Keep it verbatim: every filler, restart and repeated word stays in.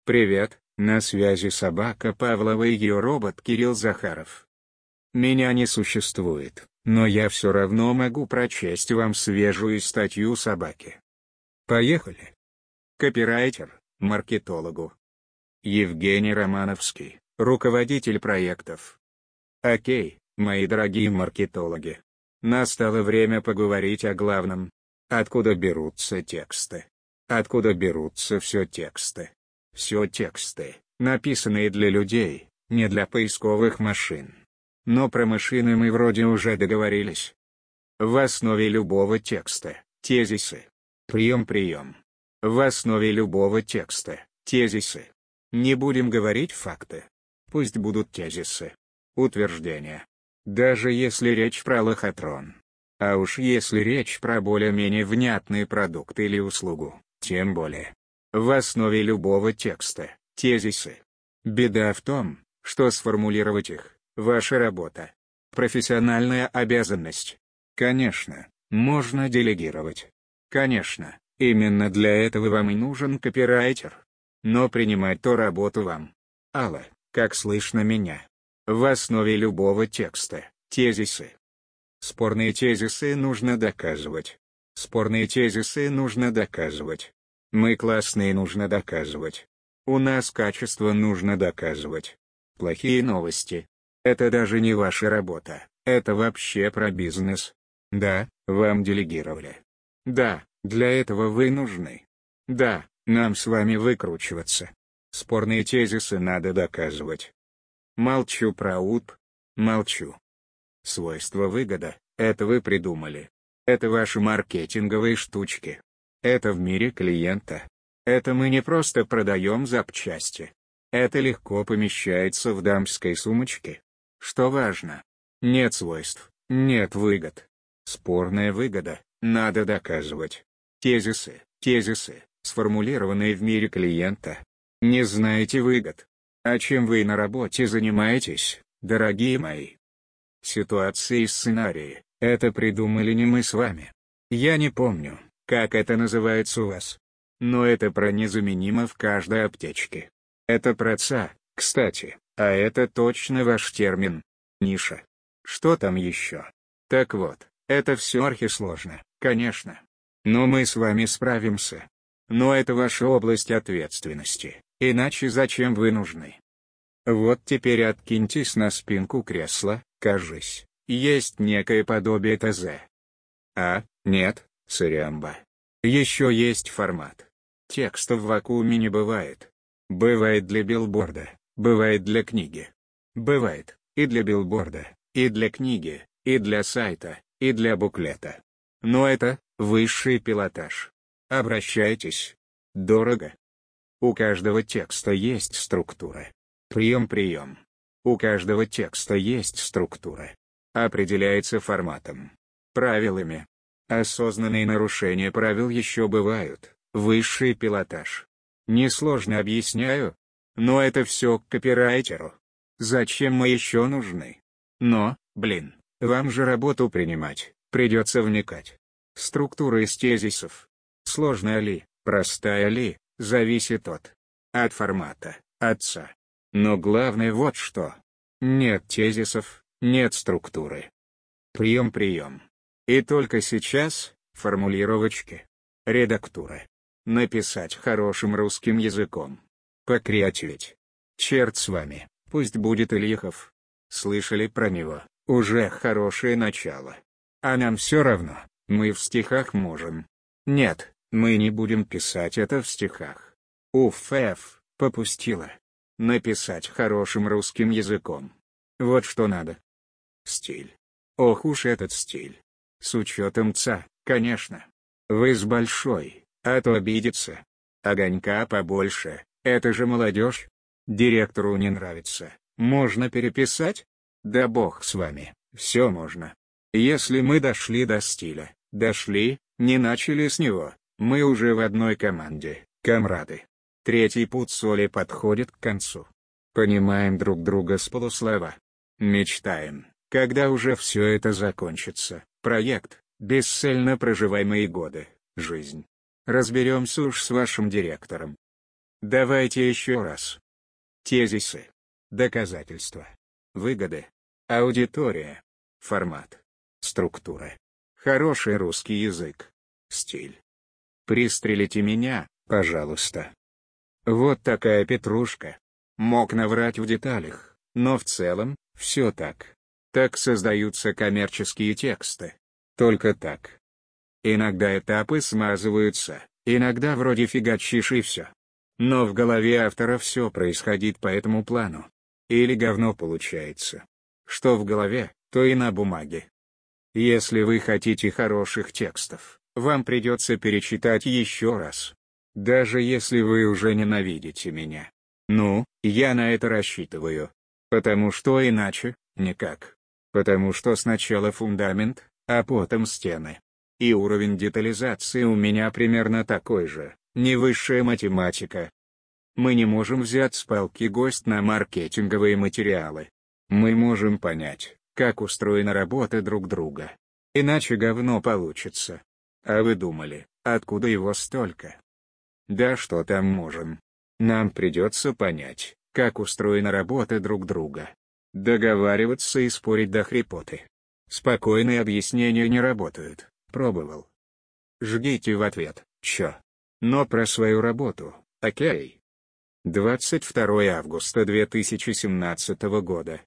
Привет, на связи собака Павлова и ее робот Кирилл Захаров. Меня не существует, но я все равно могу прочесть вам свежую статью собаки. Поехали. Копирайтер, маркетологу. Евгений Романовский, руководитель проектов. Окей, мои дорогие маркетологи. Настало время поговорить о главном. Откуда берутся тексты? Откуда берутся все тексты? Все тексты, написанные для людей, не для поисковых машин. Но про машины мы вроде уже договорились. В основе любого текста – тезисы. Прием-прием. В основе любого текста – тезисы. Не будем говорить факты. Пусть будут тезисы. Утверждения. Даже если речь про лохотрон. А уж если речь про более-менее внятный продукт или услугу, тем более. В основе любого текста – тезисы. Беда в том, что сформулировать их – ваша работа. Профессиональная обязанность. Конечно, можно делегировать. Конечно, именно для этого вам и нужен копирайтер. Но принимать то работу вам. Алла, как слышно меня? В основе любого текста – тезисы. Спорные тезисы нужно доказывать. Спорные тезисы нужно доказывать. Мы классные нужно доказывать. У нас качество нужно доказывать. Плохие новости. Это даже не ваша работа, это вообще про бизнес. Да, вам делегировали. Да, для этого вы нужны. Да, нам с вами выкручиваться. Спорные тезисы надо доказывать. Молчу про УТП. Молчу. Свойство выгода – это вы придумали. Это ваши маркетинговые штучки. Это в мире клиента. Это мы не просто продаем запчасти. Это легко помещается в дамской сумочке. Что важно? Нет свойств, нет выгод. Спорная выгода, надо доказывать. Тезисы, тезисы, сформулированные в мире клиента. Не знаете выгод. А чем вы на работе занимаетесь, дорогие мои? Ситуации и сценарии, это придумали не мы с вами. Я не помню, как это называется у вас. Но это про незаменимо в каждой аптечке. Это про ца, кстати, а это точно ваш термин. Ниша. Что там еще? Так вот, это все архисложно, конечно. Но мы с вами справимся. Но это ваша область ответственности, иначе зачем вы нужны? Вот теперь откиньтесь на спинку кресла, кажись, есть некое подобие ТЗ. А, нет, сырямба. Еще есть формат. Текста в вакууме не бывает. Бывает для билборда, бывает для книги. Бывает и для билборда, и для книги, и для сайта, и для буклета. Но это высший пилотаж. Обращайтесь. Дорого. У каждого текста есть структура. Прием-прием. У каждого текста есть структура. Определяется форматом. Правилами. Осознанные нарушения правил еще бывают. Высший пилотаж. Несложно объясняю. Но это все к копирайтеру. Зачем мы еще нужны? Но, блин, вам же работу принимать, придется вникать. Структура из тезисов. Сложная ли, простая ли, зависит от... от формата, отца. Но главное вот что. Нет тезисов, нет структуры. Прием-прием. И только сейчас, формулировочки. Редактура. Написать хорошим русским языком. Покреативить. Черт с вами, пусть будет Ильихов. Слышали про него, уже хорошее начало. А нам все равно, мы в стихах можем. Нет, мы не будем писать это в стихах. Уф, эф, попустила. Написать хорошим русским языком. Вот что надо. Стиль. Ох уж этот стиль. С учетом ца, конечно. Вы с большой, а то обидится. Огонька побольше, это же молодежь. Директору не нравится, можно переписать? Да бог с вами, все можно. Если мы дошли до стиля, дошли, не начали с него, мы уже в одной команде, комрады. Третий пуд соли подходит к концу. Понимаем друг друга с полуслова. Мечтаем, когда уже все это закончится. Проект, бесцельно проживаемые годы, жизнь. Разберемся уж с вашим директором. Давайте еще раз. Тезисы. Доказательства. Выгоды. Аудитория. Формат. Структура. Хороший русский язык. Стиль. Пристрелите меня, пожалуйста. Вот такая петрушка. Мог наврать в деталях, но в целом, все так. Так создаются коммерческие тексты. Только так. Иногда этапы смазываются, иногда вроде фигачишь и все. Но в голове автора все происходит по этому плану. Или говно получается. Что в голове, то и на бумаге. Если вы хотите хороших текстов, вам придется перечитать еще раз. Даже если вы уже ненавидите меня. Ну, я на это рассчитываю. Потому что иначе, никак. Потому что сначала фундамент, а потом стены. И уровень детализации у меня примерно такой же, не высшая математика. Мы не можем взять с палки гость на маркетинговые материалы. Мы можем понять, как устроена работа друг друга. Иначе говно получится. А вы думали, откуда его столько? Да что там можем? Нам придется понять, как устроена работа друг друга. Договариваться и спорить до хрипоты. Спокойные объяснения не работают, пробовал. Жгите в ответ, чё? Но про свою работу, окей. двадцать второе августа две тысячи семнадцатого года.